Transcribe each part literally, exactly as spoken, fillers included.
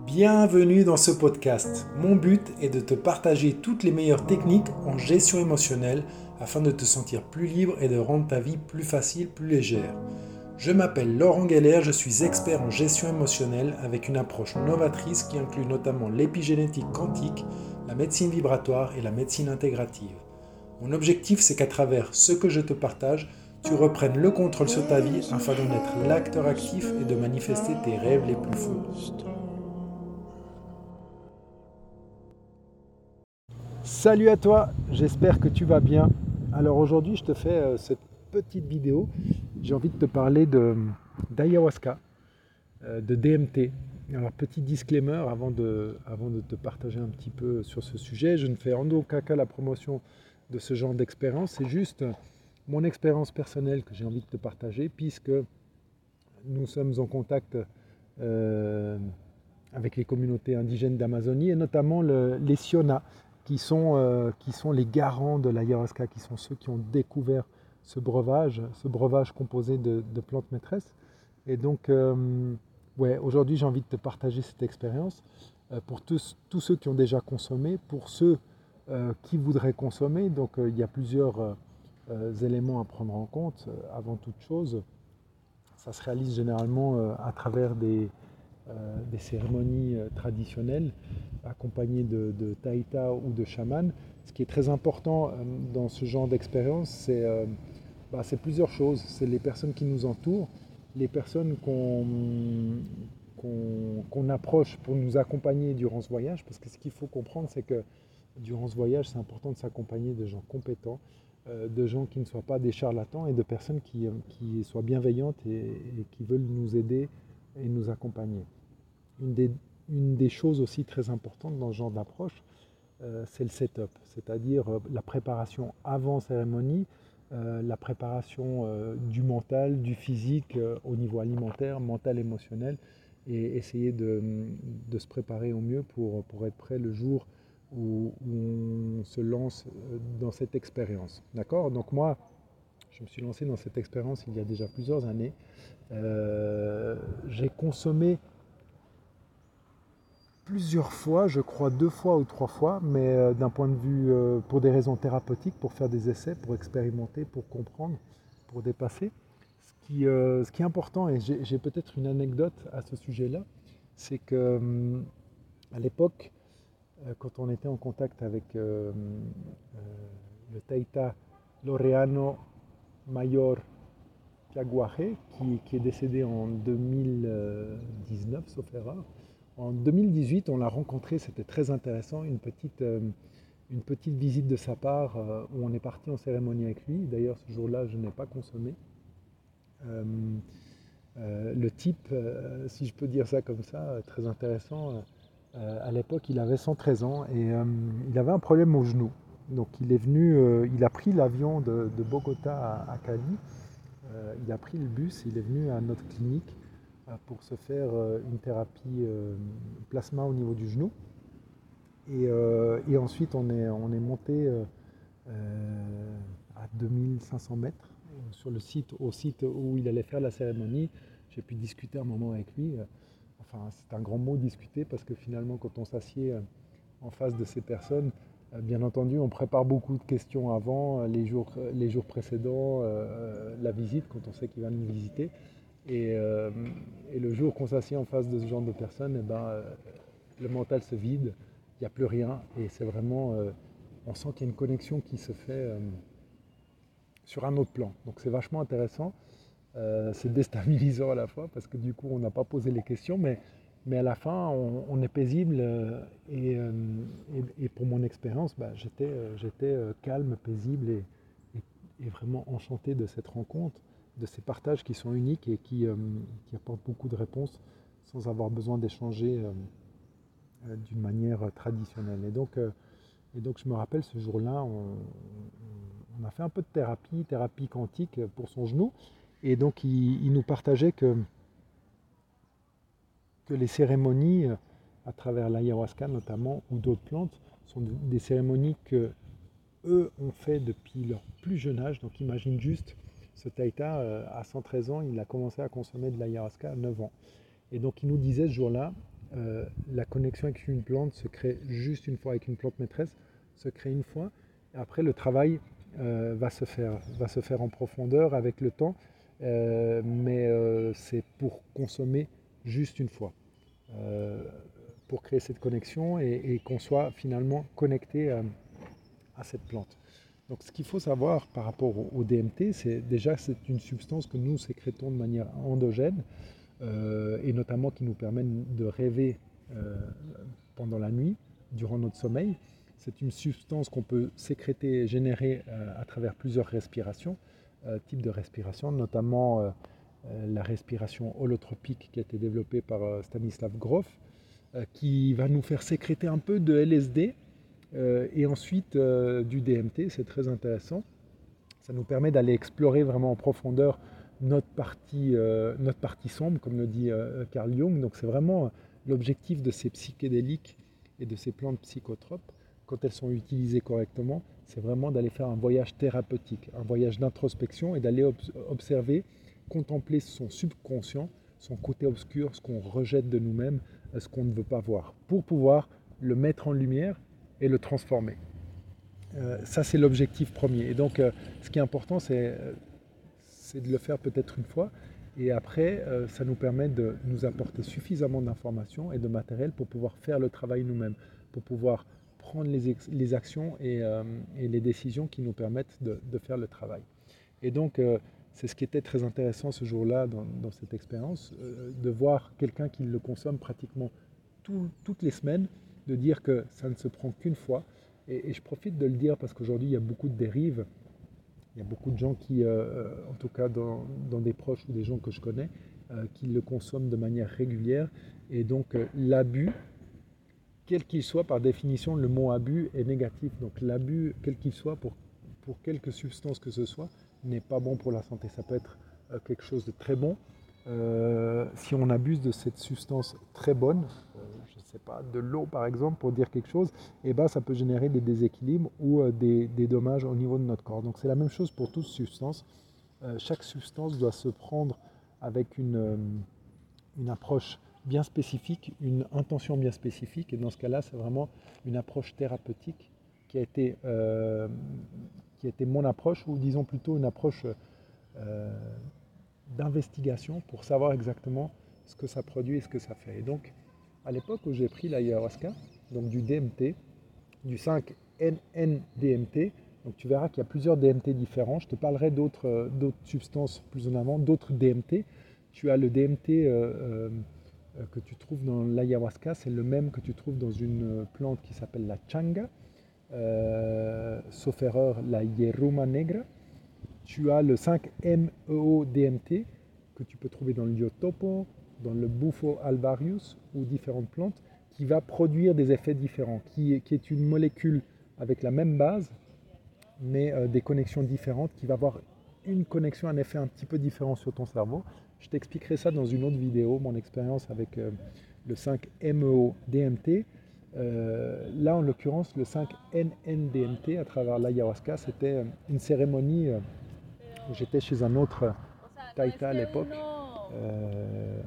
Bienvenue dans ce podcast. Mon but est de te partager toutes les meilleures techniques en gestion émotionnelle afin de te sentir plus libre et de rendre ta vie plus facile, plus légère. Je m'appelle Laurent Geller, je suis expert en gestion émotionnelle avec une approche novatrice qui inclut notamment l'épigénétique quantique, la médecine vibratoire et la médecine intégrative. Mon objectif, c'est qu'à travers ce que je te partage, tu reprennes le contrôle sur ta vie afin d'en être l'acteur actif et de manifester tes rêves les plus fous. Salut à toi, j'espère que tu vas bien. Alors aujourd'hui, je te fais euh, cette petite vidéo. J'ai envie de te parler de, d'ayahuasca, euh, de D M T. Alors petit disclaimer avant de, avant de te partager un petit peu sur ce sujet, je ne fais en aucun cas la promotion de ce genre d'expérience, c'est juste mon expérience personnelle que j'ai envie de te partager puisque nous sommes en contact euh, avec les communautés indigènes d'Amazonie et notamment le, les Siona qui sont, euh, qui sont les garants de l'ayahuasca, qui sont ceux qui ont découvert ce breuvage, ce breuvage composé de, de plantes maîtresses. Et donc, euh, ouais, aujourd'hui, j'ai envie de te partager cette expérience euh, pour tous, tous ceux qui ont déjà consommé, pour ceux euh, qui voudraient consommer. Donc, euh, il y a plusieurs euh, éléments à prendre en compte. Avant toute chose, ça se réalise généralement euh, à travers des, euh, des cérémonies euh, traditionnelles accompagnées de, de taïta ou de chaman. Ce qui est très important euh, dans ce genre d'expérience, c'est euh, bah, c'est plusieurs choses. C'est les personnes qui nous entourent, les personnes qu'on qu'on qu'on approche pour nous accompagner durant ce voyage, parce que ce qu'il faut comprendre, c'est que durant ce voyage, c'est important de s'accompagner de gens compétents, euh, de gens qui ne soient pas des charlatans et de personnes qui, euh, qui soient bienveillantes et, et qui veulent nous aider et nous accompagner. Une des, une des choses aussi très importantes dans ce genre d'approche, euh, c'est le setup, c'est-à-dire euh, la préparation avant cérémonie, euh, la préparation euh, du mental, du physique euh, au niveau alimentaire, mental, émotionnel, et essayer de, de se préparer au mieux pour, pour être prêt le jour où, où on se lance dans cette expérience. D'accord? Donc moi, je me suis lancé dans cette expérience il y a déjà plusieurs années. Euh, j'ai consommé plusieurs fois, je crois deux fois ou trois fois, mais euh, d'un point de vue, euh, pour des raisons thérapeutiques, pour faire des essais, pour expérimenter, pour comprendre, pour dépasser. Ce qui, euh, ce qui est important, et j'ai, j'ai peut-être une anecdote à ce sujet-là, c'est que hum, à l'époque, euh, quand on était en contact avec euh, euh, le Taïta Laureano Mayor Piaguare, qui, qui est décédé en deux mille dix-neuf, sauf erreur. En deux mille dix-huit, on l'a rencontré, c'était très intéressant, une petite, euh, une petite visite de sa part euh, où on est parti en cérémonie avec lui. D'ailleurs, ce jour-là, je n'ai pas consommé. Euh, euh, le type, euh, si je peux dire ça comme ça, euh, très intéressant, euh, à l'époque, il avait cent treize ans et euh, il avait un problème au genou. Donc, il est venu, euh, il a pris l'avion de, de Bogota à, à Cali. Euh, il a pris le bus, il est venu à notre clinique euh, pour se faire euh, une thérapie euh, plasma au niveau du genou. Et, euh, et ensuite, on est, on est monté euh, euh, à deux mille cinq cents mètres sur le site, au site où il allait faire la cérémonie. J'ai pu discuter un moment avec lui. Enfin, c'est un grand mot discuter parce que finalement, quand on s'assied euh, en face de ces personnes, euh, bien entendu, on prépare beaucoup de questions avant, euh, les jours, les jours précédents, euh, la visite, quand on sait qu'il va nous visiter. Et, euh, et le jour qu'on s'assied en face de ce genre de personnes, eh ben, euh, le mental se vide, il n'y a plus rien. Et c'est vraiment, euh, on sent qu'il y a une connexion qui se fait euh, sur un autre plan. Donc c'est vachement intéressant. Euh, c'est déstabilisant à la fois parce que du coup, on n'a pas posé les questions, mais, mais à la fin, on, on est paisible. euh, et, euh, et, et pour mon expérience, bah, j'étais, euh, j'étais euh, calme, paisible et, et- et vraiment enchanté de cette rencontre, de ces partages qui sont uniques et qui, euh, qui apportent beaucoup de réponses sans avoir besoin d'échanger euh, euh, d'une manière euh, traditionnelle. Et donc, euh, et donc, je me rappelle ce jour-là, on, on- on a fait un peu de thérapie, thérapie quantique pour son genou. Et donc, il, il nous partageait que, que les cérémonies, euh, à travers l'ayahuasca notamment, ou d'autres plantes, sont de- des cérémonies que eux ont fait depuis leur plus jeune âge. Donc, imagine juste, ce Taïta, euh, à cent treize ans, il a commencé à consommer de l'ayahuasca à neuf ans. Et donc, il nous disait ce jour-là, euh, la connexion avec une plante se crée juste une fois, avec une plante maîtresse, se crée une fois. Et après, le travail euh, va se faire, va se faire en profondeur avec le temps, euh, mais euh, c'est pour consommer juste une fois, euh, pour créer cette connexion et, et qu'on soit finalement connecté à, à cette plante. Donc ce qu'il faut savoir par rapport au, au D M T, c'est déjà que c'est une substance que nous sécrétons de manière endogène, euh, et notamment qui nous permet de rêver euh, pendant la nuit, durant notre sommeil. C'est une substance qu'on peut sécréter et générer euh, à travers plusieurs respirations, euh, types de respiration, notamment euh, euh, la respiration holotropique qui a été développée par euh, Stanislav Grof, euh, qui va nous faire sécréter un peu de L S D euh, et ensuite euh, du D M T. C'est très intéressant. Ça nous permet d'aller explorer vraiment en profondeur notre partie, euh, notre partie sombre, comme le dit euh, Carl Jung. Donc c'est vraiment l'objectif de ces psychédéliques et de ces plantes psychotropes, quand elles sont utilisées correctement, c'est vraiment d'aller faire un voyage thérapeutique, un voyage d'introspection et d'aller observer, contempler son subconscient, son côté obscur, ce qu'on rejette de nous-mêmes, ce qu'on ne veut pas voir, pour pouvoir le mettre en lumière et le transformer. Euh, ça, c'est l'objectif premier. Et donc, euh, ce qui est important, c'est, euh, c'est de le faire peut-être une fois. Et après, euh, ça nous permet de nous apporter suffisamment d'informations et de matériel pour pouvoir faire le travail nous-mêmes, pour pouvoir prendre les, ex- les actions et, euh, et les décisions qui nous permettent de, de faire le travail. Et donc, euh, c'est ce qui était très intéressant ce jour-là dans, dans cette expérience, euh, de voir quelqu'un qui le consomme pratiquement tout- toutes les semaines, de dire que ça ne se prend qu'une fois. Et, et je profite de le dire parce qu'aujourd'hui, il y a beaucoup de dérives. Il y a beaucoup de gens qui, euh, en tout cas dans, dans des proches ou des gens que je connais, euh, qui le consomment de manière régulière. Et donc, euh, l'abus, quel qu'il soit, par définition, le mot abus est négatif. Donc l'abus, quel qu'il soit, pour, pour quelque substance que ce soit, n'est pas bon pour la santé. Ça peut être euh, quelque chose de très bon. Euh, si on abuse de cette substance très bonne, euh, je ne sais pas, de l'eau par exemple, pour dire quelque chose, eh ben, ça peut générer des déséquilibres ou euh, des, des dommages au niveau de notre corps. Donc c'est la même chose pour toute substance. Euh, chaque substance doit se prendre avec une, euh, une approche bien spécifique, une intention bien spécifique. Et dans ce cas-là, c'est vraiment une approche thérapeutique qui a été, euh, qui a été mon approche, ou disons plutôt une approche euh, d'investigation pour savoir exactement ce que ça produit et ce que ça fait. Et donc, à l'époque où j'ai pris l'ayahuasca, donc du D M T, du cinq N N D M T, donc tu verras qu'il y a plusieurs D M T différents. Je te parlerai d'autres, euh, d'autres substances plus en avant, d'autres D M T. Tu as le D M T euh, euh, que tu trouves dans l'ayahuasca, c'est le même que tu trouves dans une plante qui s'appelle la changa, euh, sauf erreur la hieruma negra. Tu as le cinq M E O D M T que tu peux trouver dans le yotopo, dans le Bufo alvarius ou différentes plantes, qui va produire des effets différents, qui, qui est une molécule avec la même base, mais euh, des connexions différentes, qui va avoir une connexion, un effet un petit peu différent sur ton cerveau. Je t'expliquerai ça dans une autre vidéo, mon expérience avec euh, le cinq M E O D M T. Euh, là, en l'occurrence, le cinq N N D M T, à travers l'ayahuasca, c'était une cérémonie euh, où j'étais chez un autre taïta à l'époque, euh,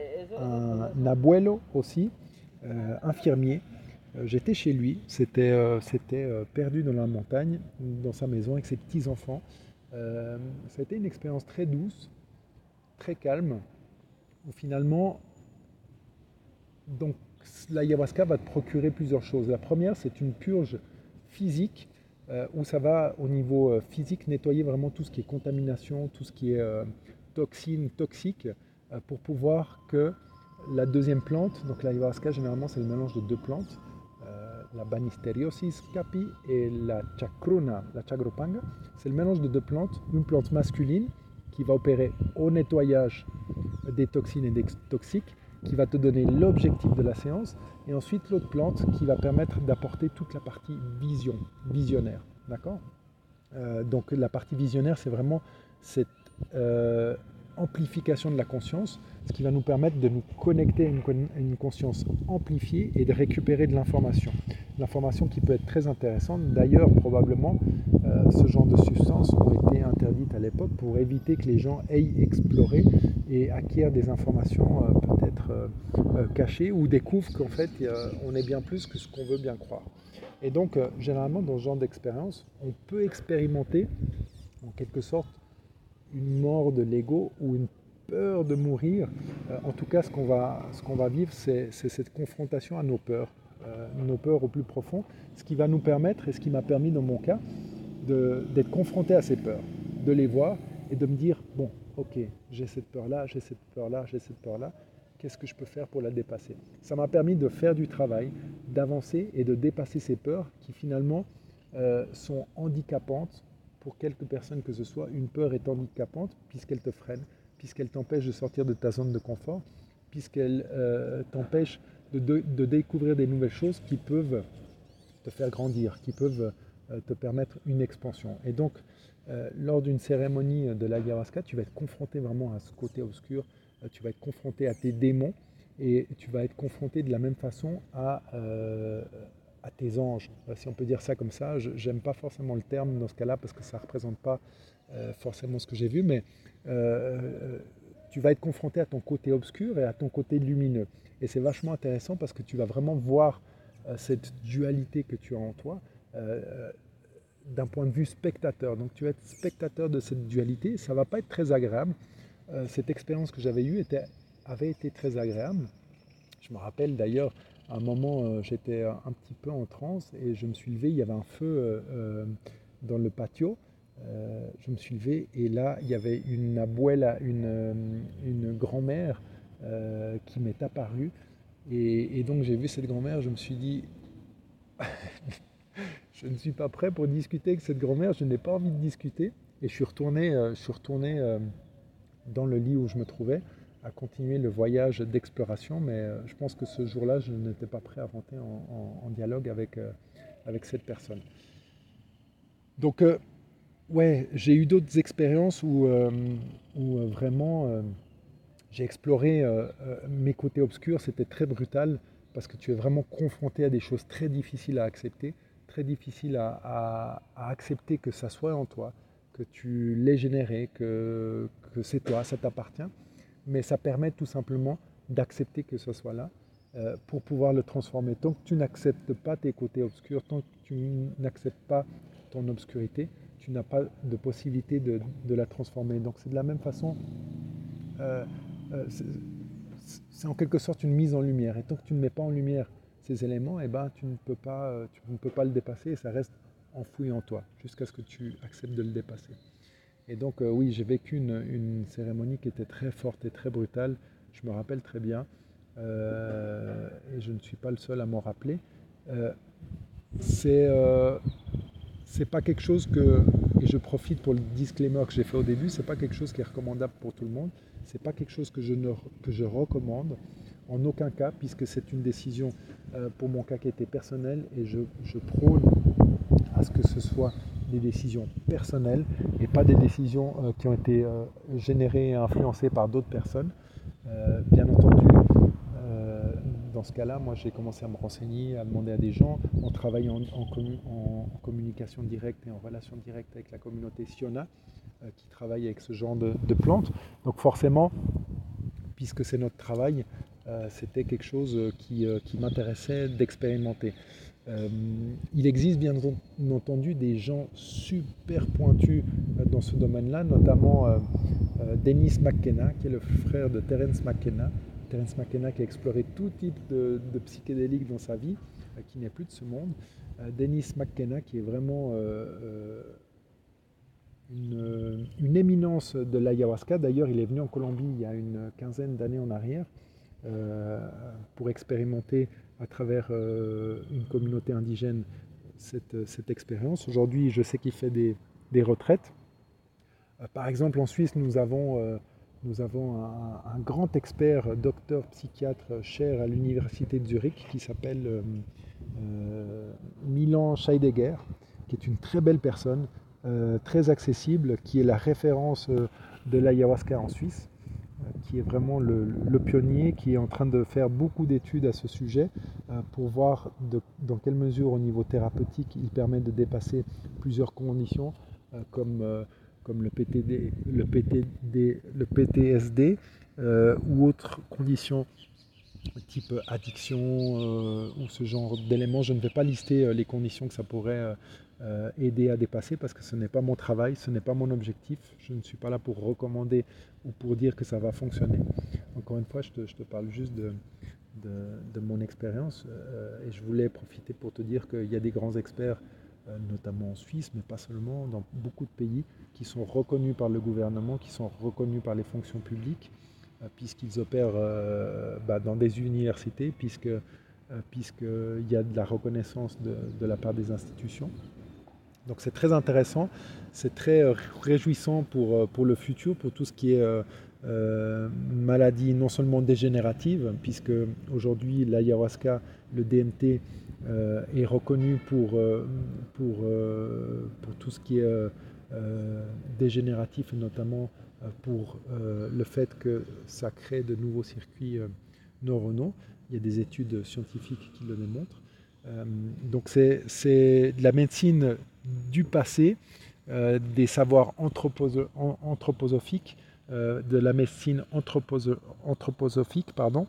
un abuelo aussi, euh, infirmier. Euh, j'étais chez lui, c'était euh, c'était euh, perdu dans la montagne, dans sa maison avec ses petits-enfants. Euh, ça a été une expérience très douce, très calme, où finalement, donc, l'ayahuasca va te procurer plusieurs choses. La première, c'est une purge physique, euh, où ça va, au niveau euh, physique, nettoyer vraiment tout ce qui est contamination, tout ce qui est euh, toxine, toxique, euh, pour pouvoir que la deuxième plante, donc l'ayahuasca, généralement, c'est le mélange de deux plantes, euh, la Banisteriopsis capi et la Chacruna, la Chagropanga. C'est le mélange de deux plantes, une plante masculine qui va opérer au nettoyage des toxines et des toxiques, qui va te donner l'objectif de la séance, et ensuite l'autre plante qui va permettre d'apporter toute la partie vision, visionnaire. D'accord ? euh, Donc la partie visionnaire, c'est vraiment cette euh, amplification de la conscience, ce qui va nous permettre de nous connecter à une, à une conscience amplifiée et de récupérer de l'information. L'information qui peut être très intéressante. D'ailleurs, probablement, euh, ce genre de substances ont été interdites à l'époque pour éviter que les gens aillent explorer et acquièrent des informations euh, peut-être être euh, euh, cachés ou découvrent qu'en fait euh, on est bien plus que ce qu'on veut bien croire. Et donc euh, généralement dans ce genre d'expérience, on peut expérimenter en quelque sorte une mort de l'ego ou une peur de mourir. Euh, en tout cas, ce qu'on va, ce qu'on va vivre, c'est, c'est cette confrontation à nos peurs, euh, nos peurs au plus profond, ce qui va nous permettre, et ce qui m'a permis dans mon cas, de, d'être confronté à ces peurs, de les voir et de me dire, bon, ok, j'ai cette peur-là, j'ai cette peur-là, j'ai cette peur-là, qu'est-ce que je peux faire pour la dépasser? Ça m'a permis de faire du travail, d'avancer et de dépasser ces peurs qui finalement euh, sont handicapantes pour quelques personnes que ce soit. Une peur est handicapante puisqu'elle te freine, puisqu'elle t'empêche de sortir de ta zone de confort, puisqu'elle euh, t'empêche de, de, de découvrir des nouvelles choses qui peuvent te faire grandir, qui peuvent euh, te permettre une expansion. Et donc, euh, lors d'une cérémonie de l'ayahuasca, tu vas être confronté vraiment à ce côté obscur, euh, tu vas être confronté à tes démons et tu vas être confronté de la même façon à, euh, à tes anges, si on peut dire ça comme ça. Je n'aime pas forcément le terme dans ce cas-là parce que ça ne représente pas euh, forcément ce que j'ai vu, mais euh, tu vas être confronté à ton côté obscur et à ton côté lumineux. Et c'est vachement intéressant parce que tu vas vraiment voir euh, cette dualité que tu as en toi euh, d'un point de vue spectateur. Donc tu vas être spectateur de cette dualité, ça ne va pas être très agréable. Euh, cette expérience que j'avais eue était, avait été très agréable. Je me rappelle d'ailleurs, à un moment, euh, j'étais un petit peu en transe et je me suis levé, il y avait un feu euh, euh, dans le patio. Euh, je me suis levé et là, il y avait une abuela, une, une grand-mère euh, qui m'est apparue. Et, et donc j'ai vu cette grand-mère, je me suis dit, je ne suis pas prêt pour discuter avec cette grand-mère, je n'ai pas envie de discuter. Et je suis retourné, euh, je suis retourné euh, dans le lit où je me trouvais, à continuer le voyage d'exploration, mais euh, je pense que ce jour-là, je n'étais pas prêt à rentrer en, en, en dialogue avec, euh, avec cette personne. Donc, euh, ouais, j'ai eu d'autres expériences où, euh, où euh, vraiment euh, j'ai exploré euh, euh, mes côtés obscurs, c'était très brutal, parce que tu es vraiment confronté à des choses très difficiles à accepter, très difficiles à, à, à accepter que ça soit en toi, que tu l'aies généré, que, que c'est toi, ça t'appartient. Mais ça permet tout simplement d'accepter que ce soit là euh, pour pouvoir le transformer. Tant que tu n'acceptes pas tes côtés obscurs, tant que tu n'acceptes pas ton obscurité, tu n'as pas de possibilité de, de la transformer. Donc c'est de la même façon, euh, euh, c'est, c'est en quelque sorte une mise en lumière. Et tant que tu ne mets pas en lumière ces éléments, eh ben, tu ne peux pas, euh, tu ne peux pas le dépasser et ça reste enfoui en toi jusqu'à ce que tu acceptes de le dépasser. Et donc euh, oui, j'ai vécu une, une cérémonie qui était très forte et très brutale, je me rappelle très bien, euh, et je ne suis pas le seul à m'en rappeler. Euh, c'est euh, c'est pas quelque chose que, et je profite pour le disclaimer que j'ai fait au début, c'est pas quelque chose qui est recommandable pour tout le monde, c'est pas quelque chose que je, ne, que je recommande en aucun cas, puisque c'est une décision euh, pour mon cas qui était personnelle, et je, je prône à ce que ce soit des décisions personnelles et pas des décisions euh, qui ont été euh, générées et influencées par d'autres personnes. Euh, bien entendu, euh, dans ce cas-là, moi j'ai commencé à me renseigner, à demander à des gens, en travaillant en, en, commu- en, en communication directe et en relation directe avec la communauté Siona, euh, qui travaille avec ce genre de, de plantes. Donc forcément, puisque c'est notre travail, euh, c'était quelque chose qui, euh, qui m'intéressait d'expérimenter. Euh, il existe bien entendu des gens super pointus dans ce domaine-là, notamment euh, euh, Dennis McKenna, qui est le frère de Terence McKenna. Terence McKenna qui a exploré tout type de, de psychédéliques dans sa vie, euh, qui n'est plus de ce monde. Euh, Dennis McKenna qui est vraiment euh, euh, une, une éminence de l'ayahuasca. D'ailleurs, il est venu en Colombie il y a une quinzaine d'années en arrière euh, pour expérimenter à travers euh, une communauté indigène cette, cette expérience. Aujourd'hui, je sais qu'il fait des, des retraites. Euh, par exemple, en Suisse, nous avons, euh, nous avons un, un grand expert, docteur psychiatre cher à l'université de Zurich, qui s'appelle euh, euh, Milan Scheidegger, qui est une très belle personne, euh, très accessible, qui est la référence euh, de l'ayahuasca en Suisse, qui est vraiment le, le pionnier, qui est en train de faire beaucoup d'études à ce sujet euh, pour voir de, dans quelle mesure au niveau thérapeutique il permet de dépasser plusieurs conditions euh, comme, euh, comme le P T D, le P T D, le P T S D euh, ou autres conditions type addiction euh, ou ce genre d'éléments. Je ne vais pas lister euh, les conditions que ça pourrait euh, euh, aider à dépasser parce que ce n'est pas mon travail, ce n'est pas mon objectif. Je ne suis pas là pour recommander ou pour dire que ça va fonctionner. Encore une fois, je te, je te parle juste de, de, de mon expérience euh, et je voulais profiter pour te dire qu'il y a des grands experts, euh, notamment en Suisse, mais pas seulement, dans beaucoup de pays, qui sont reconnus par le gouvernement, qui sont reconnus par les fonctions publiques puisqu'ils opèrent euh, bah, dans des universités, puisque, euh, puisqu'il y a de la reconnaissance de, de la part des institutions. Donc c'est très intéressant, c'est très euh, réjouissant pour, pour le futur, pour tout ce qui est euh, euh, maladie non seulement dégénérative, puisque aujourd'hui l'ayahuasca, le D M T, euh, est reconnu pour, euh, pour, euh, pour tout ce qui est euh, euh, dégénératif, et notamment euh, pour euh, le fait que ça crée de nouveaux circuits euh, neuronaux. Il y a des études scientifiques qui le démontrent. Euh, donc c'est, c'est de la médecine du passé, euh, des savoirs anthroposo- anthroposophiques, euh, de la médecine anthroposo- anthroposophique, pardon,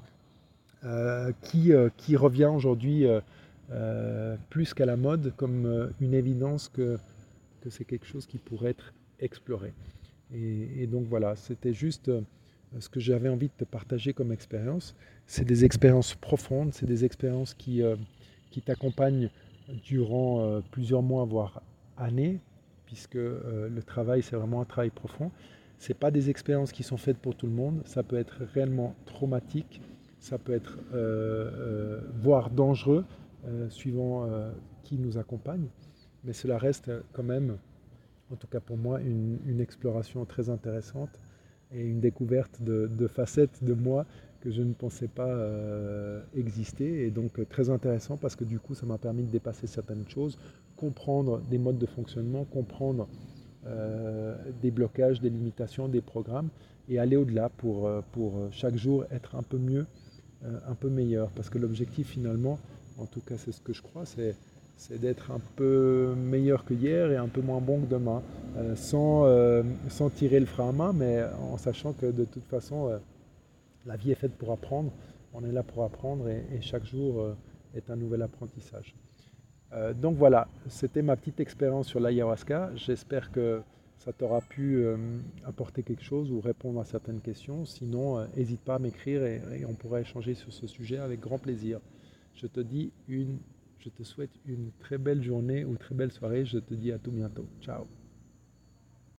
euh, qui, euh, qui revient aujourd'hui euh, euh, plus qu'à la mode comme euh, une évidence que, que c'est quelque chose qui pourrait être exploré. Et, et donc voilà, c'était juste euh, ce que j'avais envie de te partager comme expérience. C'est des expériences profondes, c'est des expériences qui, euh, qui t'accompagnent durant euh, plusieurs mois, voire années, puisque euh, le travail, c'est vraiment un travail profond. Ce pas des expériences qui sont faites pour tout le monde, ça peut être réellement traumatique, ça peut être euh, euh, voire dangereux, euh, suivant euh, qui nous accompagne, mais cela reste quand même, en tout cas pour moi, une, une exploration très intéressante et une découverte de, de facettes de moi que je ne pensais pas euh, exister, et donc euh, très intéressant parce que du coup ça m'a permis de dépasser certaines choses, comprendre des modes de fonctionnement, comprendre euh, des blocages, des limitations, des programmes, et aller au-delà pour, euh, pour chaque jour être un peu mieux, euh, un peu meilleur, parce que l'objectif finalement, en tout cas c'est ce que je crois, c'est c'est d'être un peu meilleur que hier et un peu moins bon que demain, euh, sans, euh, sans tirer le frein à main, mais en sachant que de toute façon, euh, la vie est faite pour apprendre, on est là pour apprendre, et, et chaque jour euh, est un nouvel apprentissage. Euh, donc voilà, c'était ma petite expérience sur l'ayahuasca. J'espère que ça t'aura pu euh, apporter quelque chose ou répondre à certaines questions. Sinon, n'hésite euh, pas à m'écrire, et, et on pourra échanger sur ce sujet avec grand plaisir. Je te dis une, je te souhaite une très belle journée ou très belle soirée. Je te dis à tout bientôt. Ciao.